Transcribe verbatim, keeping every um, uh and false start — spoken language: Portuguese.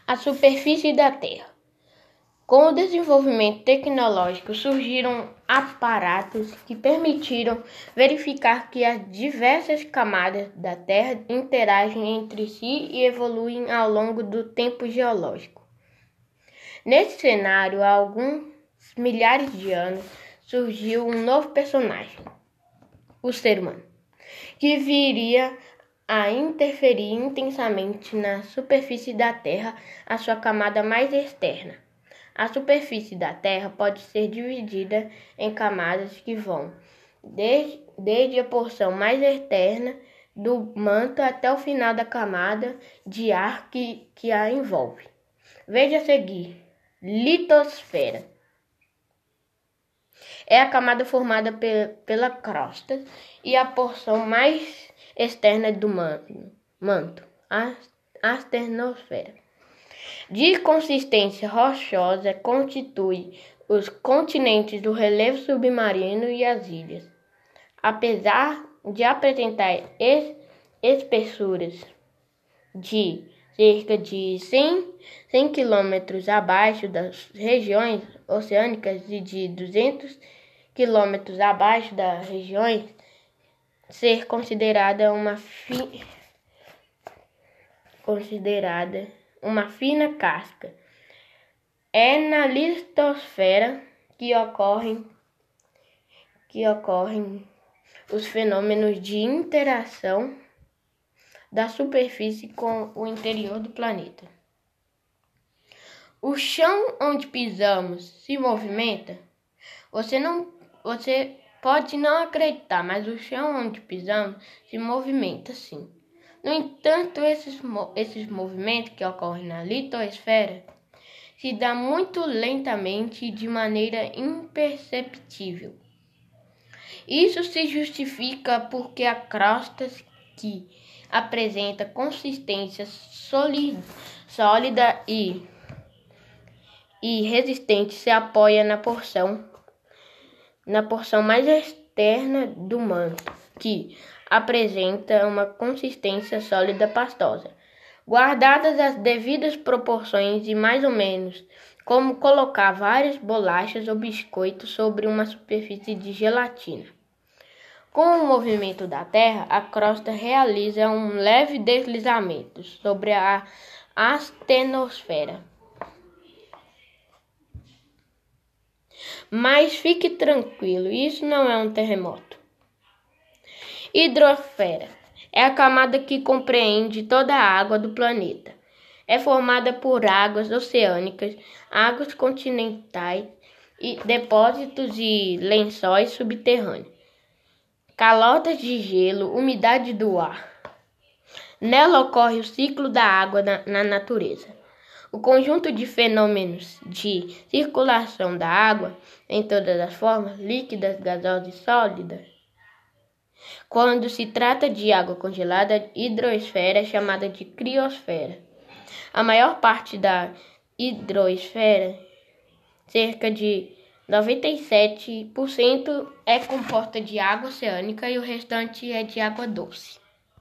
A superfície da Terra. Com o desenvolvimento tecnológico, surgiram aparatos que permitiram verificar que as diversas camadas da Terra interagem entre si e evoluem ao longo do tempo geológico. Nesse cenário, há alguns milhares de anos, surgiu um novo personagem, o ser humano, que viria a interferir intensamente na superfície da Terra, a sua camada mais externa. A superfície da Terra pode ser dividida em camadas que vão desde, desde a porção mais externa do manto até o final da camada de ar que, que a envolve. Veja a seguir: litosfera. É a camada formada pe- pela crosta e a porção mais externa do manto, a astenosfera. De consistência rochosa, constitui os continentes do relevo submarino e as ilhas. Apesar de apresentar es- espessuras de cerca de cem, cem quilômetros abaixo das regiões oceânicas e de duzentos quilômetros abaixo das regiões, ser considerada uma fi... considerada uma fina casca. É na litosfera que ocorrem que ocorrem os fenômenos de interação da superfície com o interior do planeta. O chão onde pisamos se movimenta. Você não, você pode não acreditar, mas o chão onde pisamos se movimenta sim. No entanto, esses, esses movimentos que ocorrem na litosfera se dão muito lentamente e de maneira imperceptível. Isso se justifica porque a crosta, que apresenta consistência sólida, sólida e, e resistente, se apoia na porção, na porção mais externa do manto, que apresenta uma consistência sólida pastosa. Guardadas as devidas proporções e mais ou menos como colocar várias bolachas ou biscoitos sobre uma superfície de gelatina. Com o movimento da Terra, a crosta realiza um leve deslizamento sobre a astenosfera. Mas fique tranquilo, isso não é um terremoto. Hidrosfera é a camada que compreende toda a água do planeta. É formada por águas oceânicas, águas continentais e depósitos e lençóis subterrâneos, calotas de gelo, umidade do ar. Nela ocorre o ciclo da água na, na natureza. O conjunto de fenômenos de circulação da água em todas as formas, líquidas, gasosas e sólidas. Quando se trata de água congelada, a hidrosfera é chamada de criosfera. A maior parte da hidrosfera, cerca de noventa e sete por cento, é composta de água oceânica e o restante é de água doce.